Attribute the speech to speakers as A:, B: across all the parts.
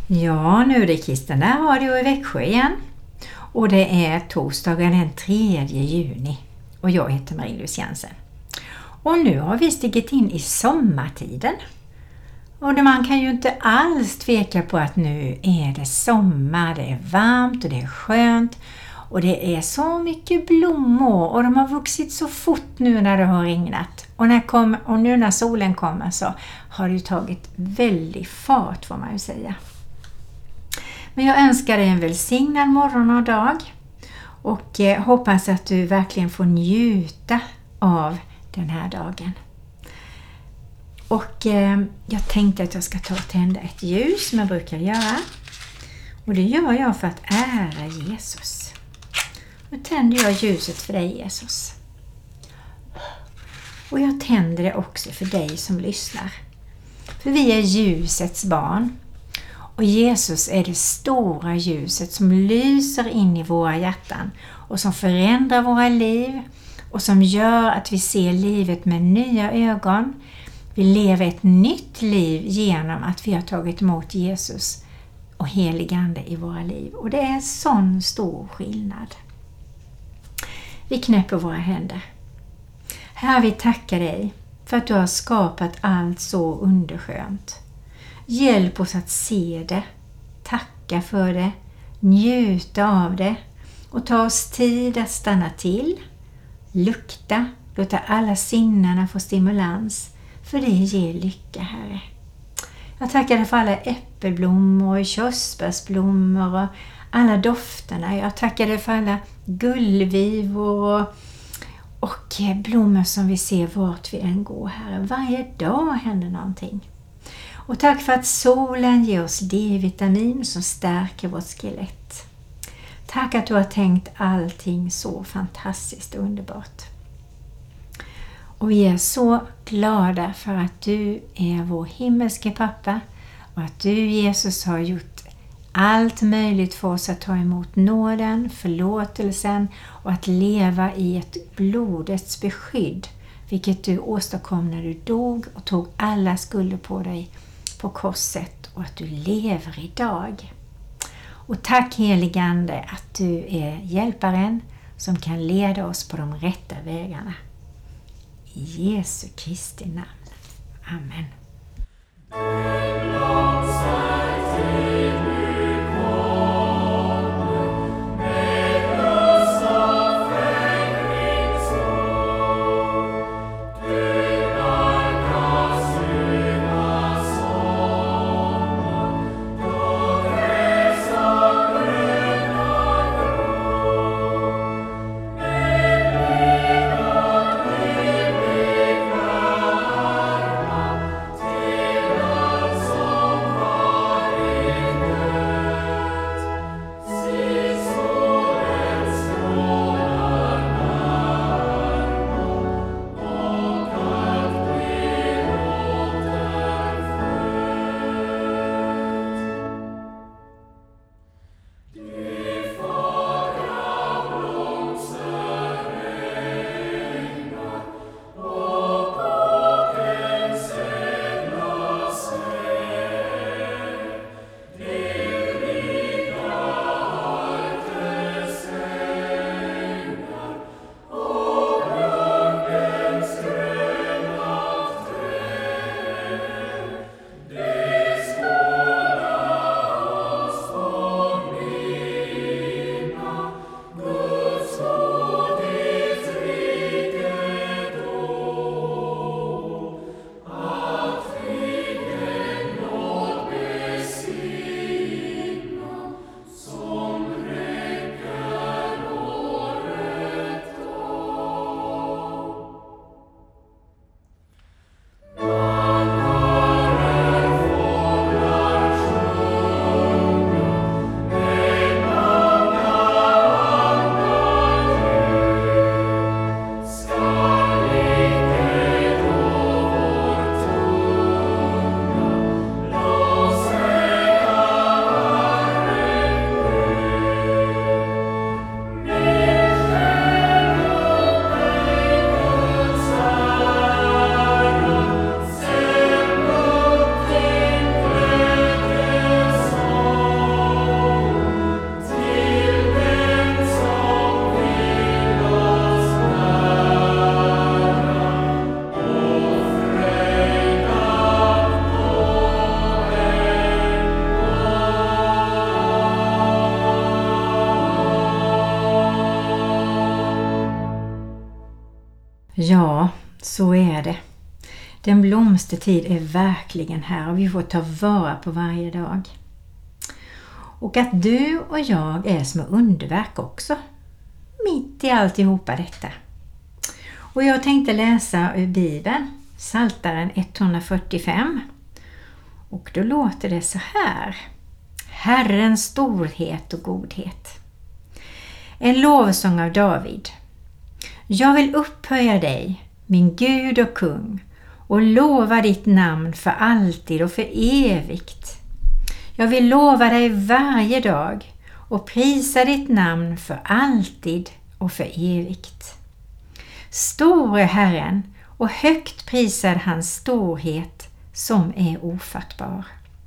A: Ja, nu är det Kristen där radio i Växjö igen. Och det är torsdagen den 3 juni. Och jag heter Marie-Louise Jensen. Och nu har vi stigit in i sommartiden. Och man kan ju inte alls tveka på att nu är det sommar, det är varmt och det är skönt. Och det är så mycket blommor och de har vuxit så fort nu när det har regnat. Och nu när solen kommer så har det tagit väldigt fart, får man ju säga. Men jag önskar dig en välsignad morgon och dag. Och hoppas att du verkligen får njuta av den här dagen. Och jag tänkte att jag ska ta och tända ett ljus som jag brukar göra. Och det gör jag för att ära Jesus. Nu tänder jag ljuset för dig, Jesus. Och jag tänder det också för dig som lyssnar. För vi är ljusets barn. Och Jesus är det stora ljuset som lyser in i våra hjärtan. Och som förändrar våra liv. Och som gör att vi ser livet med nya ögon. Vi lever ett nytt liv genom att vi har tagit emot Jesus och helig ande i våra liv. Och det är sån stor skillnad. Vi knäpper våra händer. Herre, vi tackar dig för att du har skapat allt så underskönt. Hjälp oss att se det, tacka för det, njuta av det och ta oss tid att stanna till, lukta, låta alla sinnena få stimulans, för det ger lycka, Herre. Jag tackar dig för alla äppelblommor och körsbärsblommor och alla dofterna. Jag tackar dig för alla gullvivor och blommor som vi ser vart vi än går, Herre. Varje dag händer någonting. Och tack för att solen ger oss D-vitamin som stärker vårt skelett. Tack att du har tänkt allting så fantastiskt och underbart. Och vi är så glada för att du är vår himmelske pappa och att du, Jesus, har gjort allt möjligt för oss att ta emot nåden, förlåtelsen och att leva i ett blodets beskydd, vilket du åstadkom när du dog och tog alla skulder på dig på korset, och att du lever idag. Och tack, helige Ande, att du är hjälparen som kan leda oss på de rätta vägarna. I Jesu Kristi namn. Amen.
B: Så
A: Så är det. Den blomstertid är verkligen här och vi får ta vara på varje dag. Och att du och jag är små underverk också. Mitt i alltihopa detta. Och jag tänkte läsa ur Bibeln, Psaltaren 145. Och då låter det så här. Herrens storhet och godhet. En lovsång av David. Jag vill upphöja dig, min Gud och kung, och lova ditt namn för alltid och för evigt. Jag vill lova dig varje dag och prisa ditt namn för alltid och för evigt. Stor är Herren och högt prisad hans storhet som är ofattbar.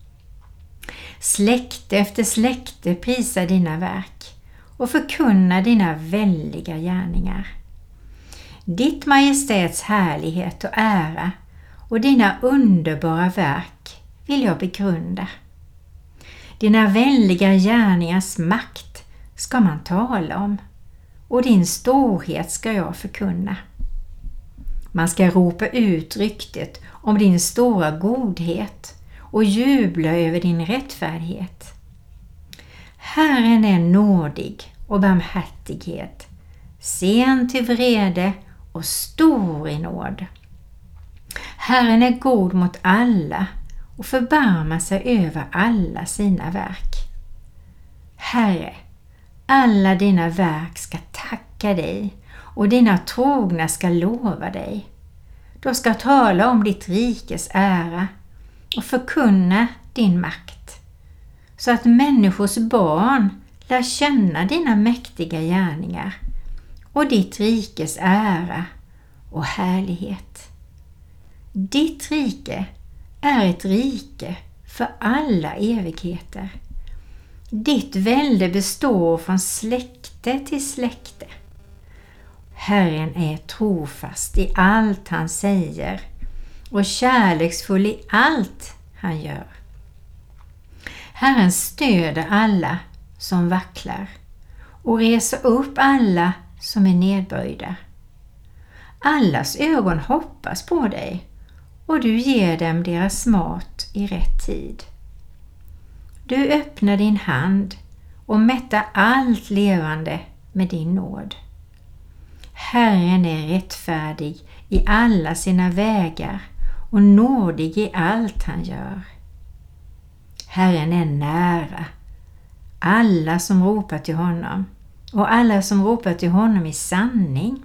A: Släkte efter släkte prisar dina verk och förkunnar dina väldiga gärningar. Ditt majestäts härlighet och ära och dina underbara verk vill jag begrunda. Dina väldiga gärningars makt ska man tala om och din storhet ska jag förkunna. Man ska ropa ut ryktet om din stora godhet och jubla över din rättfärdighet. Herren är nådig och barmhärtighet, sen till vrede och stor i nåd. Herren är god mot alla och förbarmar sig över alla sina verk. Herre, alla dina verk ska tacka dig och dina trogna ska lova dig. De ska tala om ditt rikes ära och förkunna din makt, så att människors barn lär känna dina mäktiga gärningar och ditt rikes ära och härlighet. Ditt rike är ett rike för alla evigheter. Ditt välde består från släkte till släkte. Herren är trofast i allt han säger och kärleksfull i allt han gör. Herren stöder alla som vacklar och reser upp alla som är nedböjda. Allas ögon hoppas på dig och du ger dem deras mat i rätt tid. Du öppnar din hand och mättar allt levande med din nåd. Herren är rättfärdig i alla sina vägar och nådig i allt han gör. Herren är nära alla som ropar till honom och alla som ropar till honom i sanning.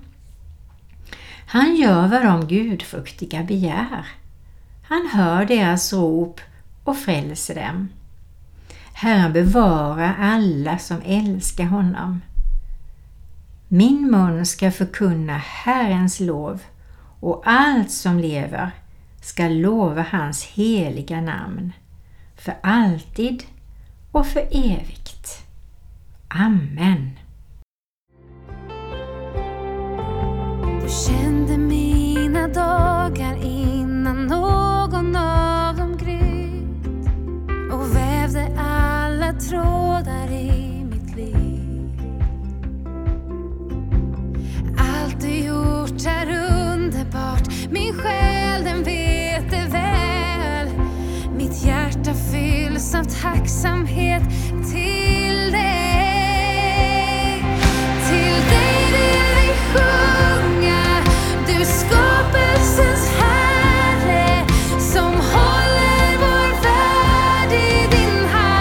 A: Han gör vad de gudfruktiga begär. Han hör deras rop och frälser dem. Herren bevarar alla som älskar honom. Min mun ska förkunna Herrens lov och allt som lever ska lova hans heliga namn för alltid och för evigt. Amen.
B: Du kände mina dagar innan någon av dem gryt och vävde alla trådar i mitt liv. Allt du gjort är underbart, min själ den vet det väl. Mitt hjärta fylls av tacksamhet till dig. Till dig vill vi sjunga, du skapelsens Herre, som håller vår värld i din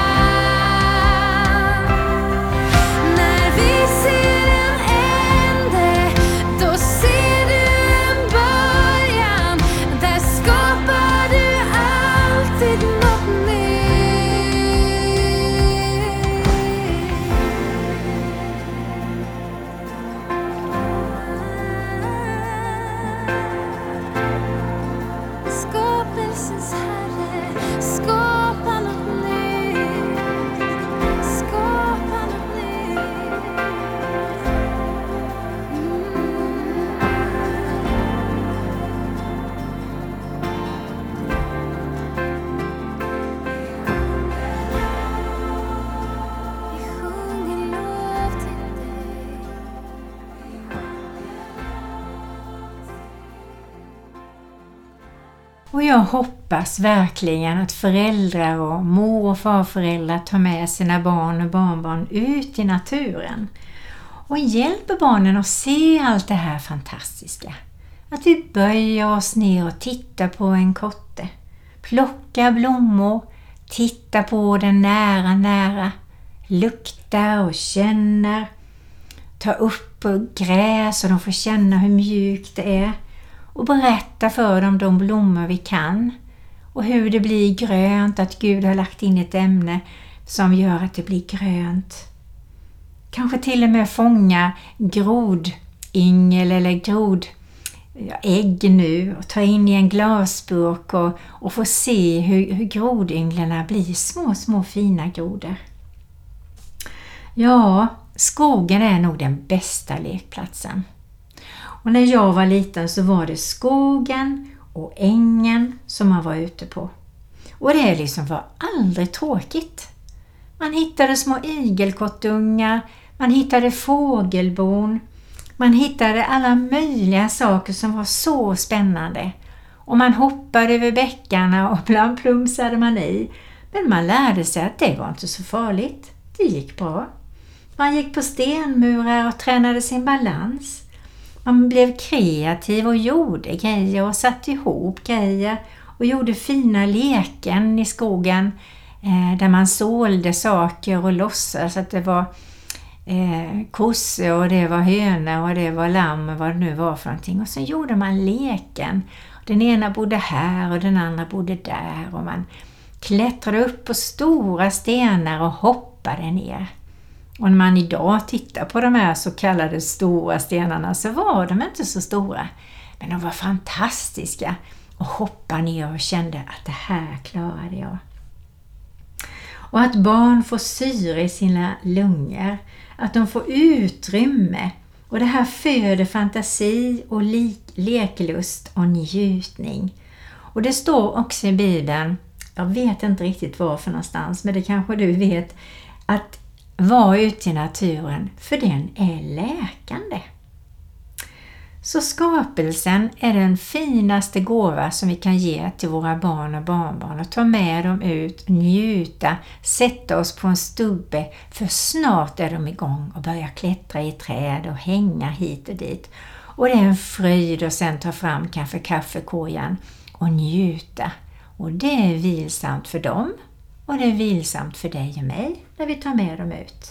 B: hand. När vi ser en ände, då ser du en början. Där skapar du alltid något nytt.
A: Och jag hoppas verkligen att föräldrar och mor- och farföräldrar tar med sina barn och barnbarn ut i naturen och hjälper barnen att se allt det här fantastiska. Att vi böjer oss ner och tittar på en kotte, plockar blommor, tittar på den nära, luktar och känner, tar upp gräs och de får känna hur mjukt det är och berätta för dem de blommor vi kan och hur det blir grönt, att Gud har lagt in ett ämne som gör att det blir grönt. Kanske till och med fånga grodyngel eller ägg nu och ta in i en glasburk och få se hur grodynglarna blir små fina grodor. Ja, skogen är nog den bästa lekplatsen. Och när jag var liten så var det skogen och ängen som man var ute på. Och det liksom var aldrig tråkigt. Man hittade små igelkottungar, man hittade fågelbon, man hittade alla möjliga saker som var så spännande. Och man hoppade över bäckarna och ibland plumsade man i. Men man lärde sig att det var inte så farligt. Det gick bra. Man gick på stenmurar och tränade sin balans. Man blev kreativ och gjorde grejer och satte ihop grejer och gjorde fina leken i skogen där man sålde saker och låtsades att det var kossor och det var hönor och det var lamm och vad det nu var för någonting. Och så gjorde man leken. Den ena bodde här och den andra bodde där och man klättrade upp på stora stenar och hoppade ner. Och när man idag tittar på de här så kallade stora stenarna så var de inte så stora. Men de var fantastiska och hoppade ner och kände att det här klarade jag. Och att barn får syre i sina lungor, att de får utrymme och det här föder fantasi och leklust och njutning. Och det står också i Bibeln, jag vet inte riktigt var för någonstans men det kanske du vet, att vara ute i naturen för den är läkande. Så skapelsen är den finaste gåva som vi kan ge till våra barn och barnbarn och ta med dem ut, njuta, sätta oss på en stubbe för snart är de igång och börjar klättra i träd och hänga hit och dit. Och det är en fröjd och sen ta fram kaffekorgen och njuta. Och det är vilsamt för dem och det är vilsamt för dig och mig när vi tar med dem ut.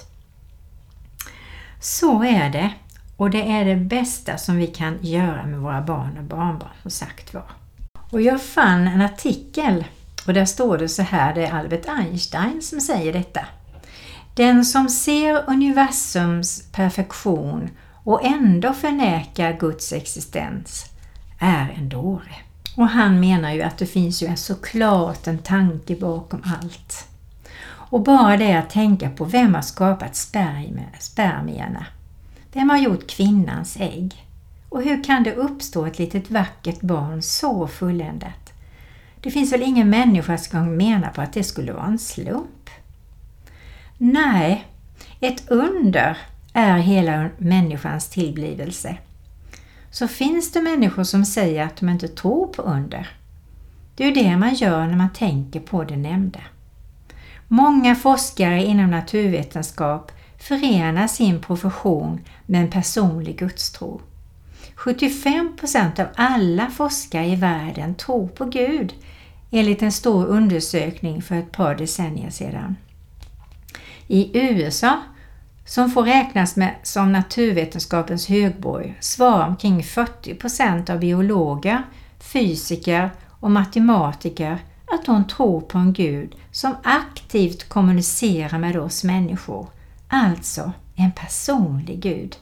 A: Så är det. Och det är det bästa som vi kan göra med våra barn och barnbarn, som sagt var. Och jag fann en artikel och där står det så här, det är Albert Einstein som säger detta. Den som ser universums perfektion och ändå förnekar Guds existens är en dåre. Och han menar ju att det finns ju såklart en tanke bakom allt. Och bara det att tänka på vem har skapat spermierna. Vem har gjort kvinnans ägg? Och hur kan det uppstå ett litet vackert barn så fulländat? Det finns väl ingen människa som menar på att det skulle vara en slump? Nej, ett under är hela människans tillblivelse. Så finns det människor som säger att de inte tror på under. Det är ju det man gör när man tänker på det nämnda. Många forskare inom naturvetenskap förenar sin profession med en personlig gudstro. 75% av alla forskare i världen tror på Gud, enligt en stor undersökning för ett par decennier sedan. I USA, som får räknas med som naturvetenskapens högborg, svarar omkring 40% av biologer, fysiker och matematiker att de tror på en Gud som aktivt kommunicerar med oss människor. Alltså en personlig Gud.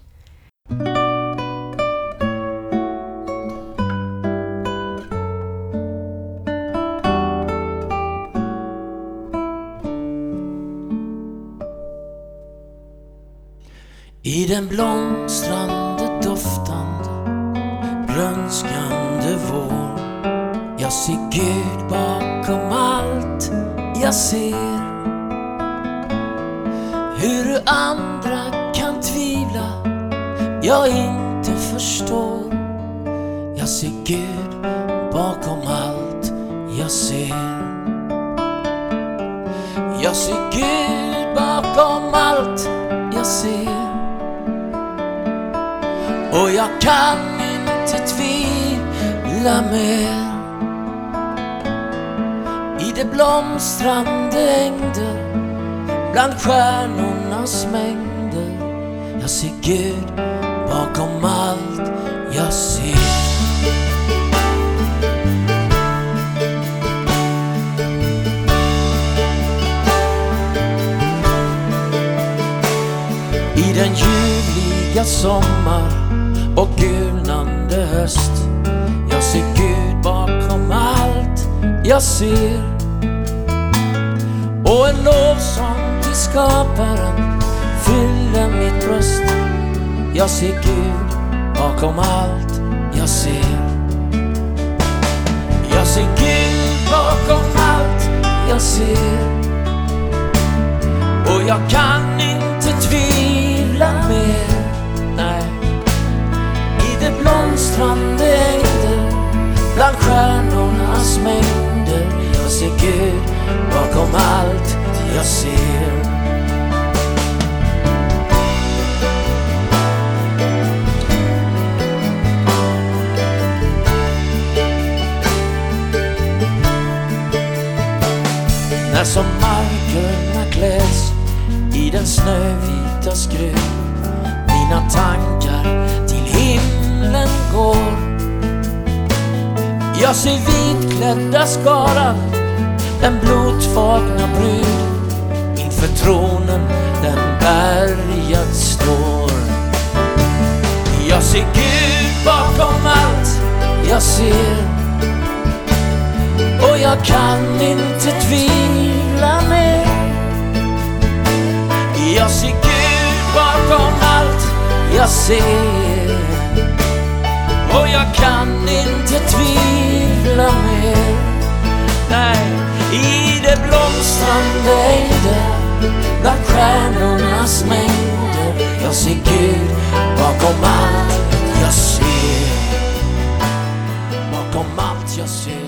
C: I den blomstrande, doftande, grönskande vår. Jag ser Gud bakom allt jag ser. Hur andra kan tvivla, jag inte förstår. Jag ser Gud bakom allt jag ser. Jag ser Gud bakom allt jag ser. Och jag kan inte tvivla mer. I det blomstrande ängder, bland stjärnornas mängder, jag ser Gud bakom allt jag ser. I den ljuvliga sommar och gulnande höst, jag ser Gud bakom allt jag ser. Och en lovsång till skaparen fyller mitt bröst. Jag ser Gud bakom allt jag ser. Jag ser Gud bakom allt jag ser. Och jag kan inte tvivla mer. Nej. I det blomstrande ängder, bland stjärnornas mängder, jag ser Gud bakom allt jag ser. När som markerna kläs i den snövita skruv, mina tankar till himlen går. Jag ser vitklädda skaran, den blodfagna brud, inför tronen den bergad står. Jag ser Gud bakom allt jag ser. Och jag kan inte tvivla mer. Jag ser Gud bakom allt jag ser. Och jag kan inte tvivla mer. Nej, i det blomstrande ängder, bland stjärnornas mängder, jag ser Gud bakom allt jag ser. Bakom allt jag ser.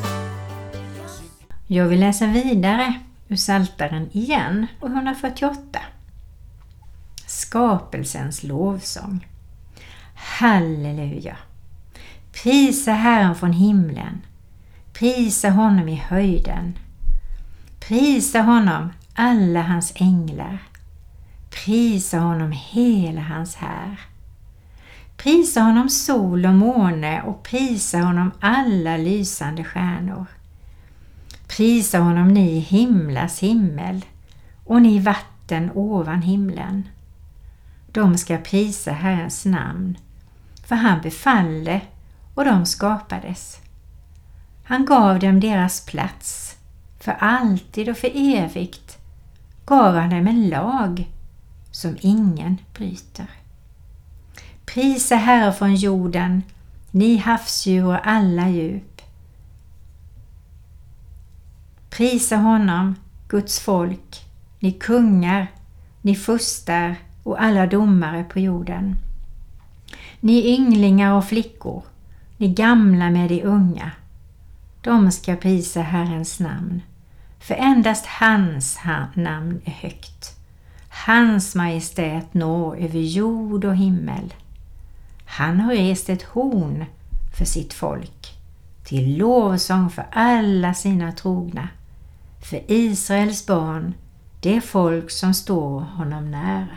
A: Jag vill läsa vidare ur Psaltaren igen och 148. Skapelsens lovsång. Halleluja! Prisa Herren från himlen. Prisa honom i höjden. Prisa honom alla hans änglar. Prisa honom hela hans här. Prisa honom sol och måne och prisa honom alla lysande stjärnor. Prisa honom ni himlas himmel och ni vatten ovan himlen. De ska prisa Herrens namn, för han befallde och de skapades. Han gav dem deras plats, för alltid och för evigt gav han dem en lag som ingen bryter. Prisa Herren från jorden, ni havsdjur och alla djup. Prisa honom, Guds folk, ni kungar, ni furstar och alla domare på jorden. Ni ynglingar och flickor, ni gamla med de unga. De ska prisa Herrens namn, för endast hans namn är högt. Hans majestät når över jord och himmel. Han har rest ett horn för sitt folk, till lovsång för alla sina trogna. För Israels barn, det folk som står honom nära.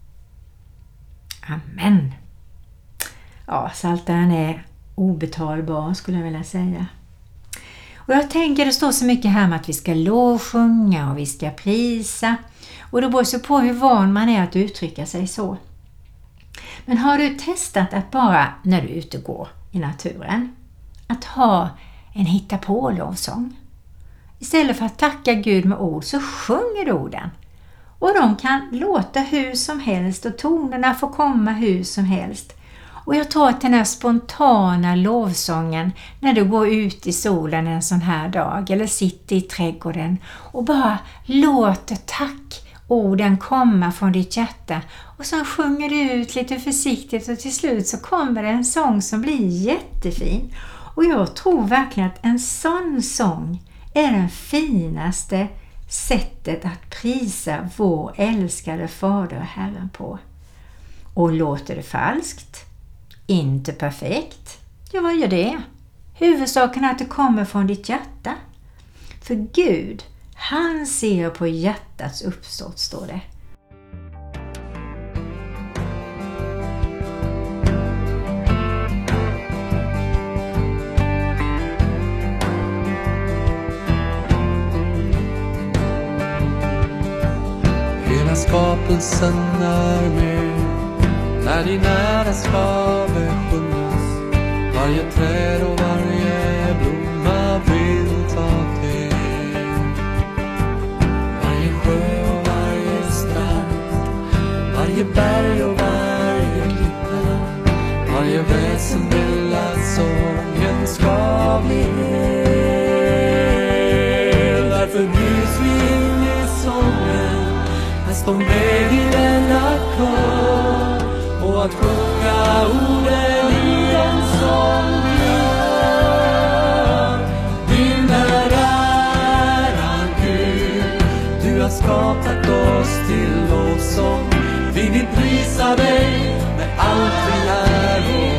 A: Amen. Ja, Psaltaren är obetalbar skulle jag vilja säga. Och jag tänker det står så mycket här med att vi ska lovsjunga och vi ska prisa. Och det beror så på hur van man är att uttrycka sig så. Men har du testat att bara när du är ute och går i naturen, att ha en hitta-på-lovsång? Istället för att tacka Gud med ord så sjunger du orden. Och de kan låta hur som helst och tonerna får komma hur som helst. Och jag tror att den här spontana lovsången när du går ut i solen en sån här dag eller sitter i trädgården och bara låter tackorden komma från ditt hjärta. Och så sjunger du ut lite försiktigt och till slut så kommer det en sång som blir jättefin. Och jag tror verkligen att en sån sång är den finaste sättet att prisa vår älskade Fader och Herren på. Och låter det falskt? Inte perfekt? Ja, vad gör det? Huvudsaken är att det kommer från ditt hjärta. För Gud, han ser på hjärtats uppstått, står det.
D: Hela skapelsen är med när din ära ska besjungas. Varje träd och varje blomma vill ta till. Varje sjö och varje strand, varje berg och varje klippa, varje väsen vill att sången ska bli hel. Därför bryts vi in i sången, att stå med i denna kör och att sjunga orden i en sång vi hör. Din är äran Gud, du har skapat oss till lovsång. Vi vill prisa dig med allt vi är och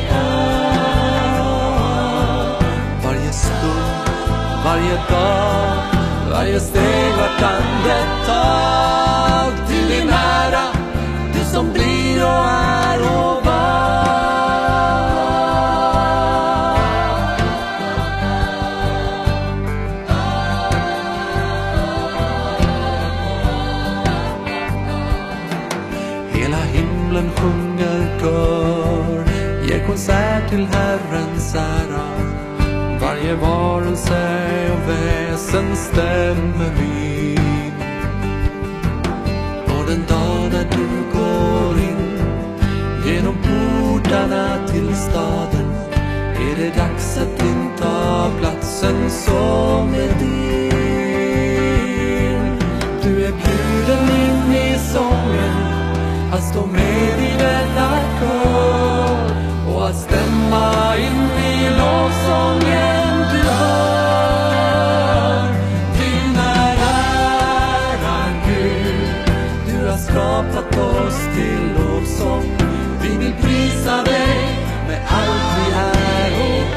D: har. Varje stund, varje dag, varje steg, vart andetag till din ära, du som blir och är och var. Hela himlen sjunger kör, ger konsert till Herrens ära. Varje varelse och väsen stämmer vid. Och den dag när du går in genom portarna till staden, är det dags att inta platsen som är din. Du är bjuden in i sången, att stå med i denna kör och att stämma in i lovsången du hör. Din är äran Gud, du har skapat oss till lovsång. Vi vill prisa dig med allt vi är och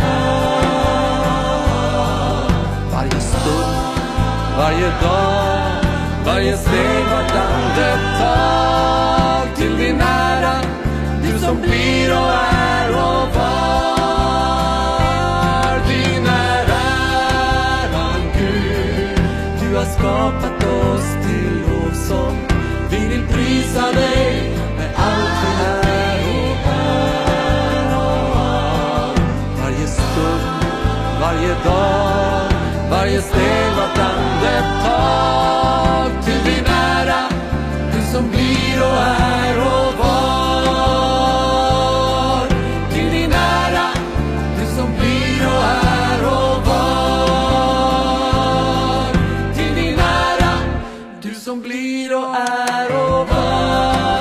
D: har. Varje stund, varje dag, varje steg, vart andetag till din ära, du som blir och är och var. Din är äran Gud, du har skapat oss till lovsång. Vi vill prisa dig med allt vi är och har. Varje stund, varje dag, varje steg, vart andetag till din ära, du som blir och är och var. Till din ära, du som blir och är och var. Till din ära, du som blir och är och var.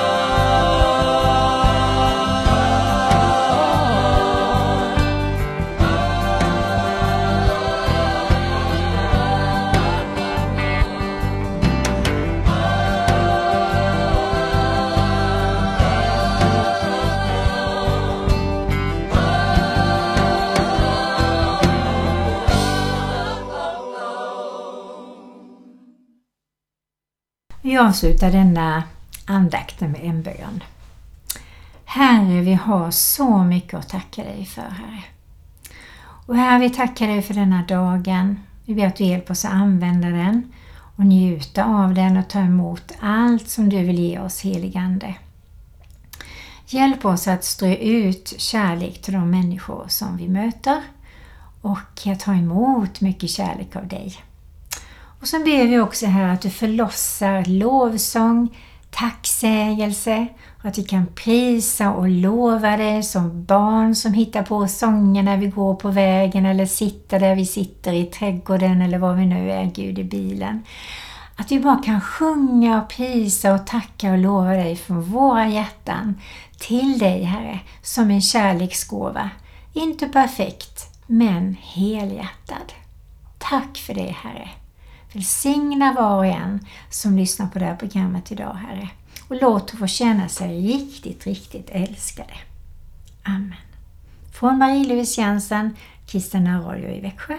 A: Vi avslutar denna andakten med en bön. Herre, vi har så mycket att tacka dig för, Herre. Och Herre, vi tackar dig för denna dagen. Vi ber att du hjälper oss att använda den och njuta av den och ta emot allt som du vill ge oss, heligande. Hjälp oss att strö ut kärlek till de människor som vi möter och att ta emot mycket kärlek av dig. Och så ber vi också här att du förlossar lovsång, tacksägelse och att vi kan prisa och lova dig som barn som hittar på sånger när vi går på vägen eller sitter där vi sitter i trädgården eller var vi nu är, Gud, i bilen. Att vi bara kan sjunga och prisa och tacka och lova dig från våra hjärtan till dig, Herre, som en kärleksgåva. Inte perfekt, men helhjärtad. Tack för det, Herre. Välsigna var och en som lyssnar på det här programmet idag, Herre. Och låt dem få känna sig riktigt, riktigt älskade. Amen. Från Marie-Louise Jensen, Kristina Radio i Växjö.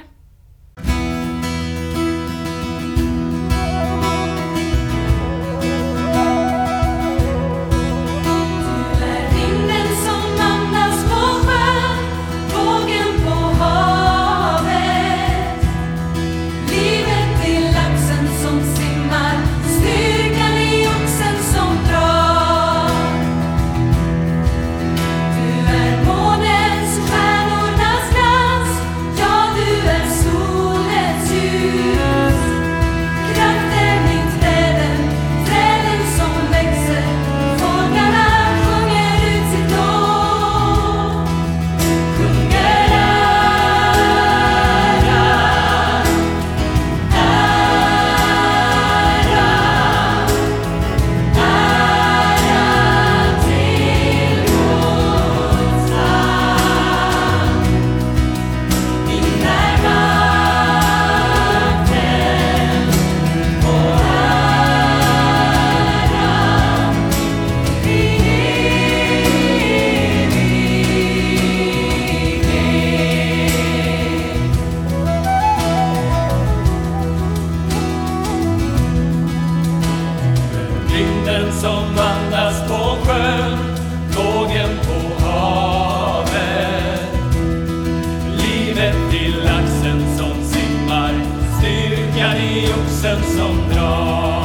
D: Som andas på sjön, tågen på havet. Livet i laxen som simmar, styrkan i oxen som drar.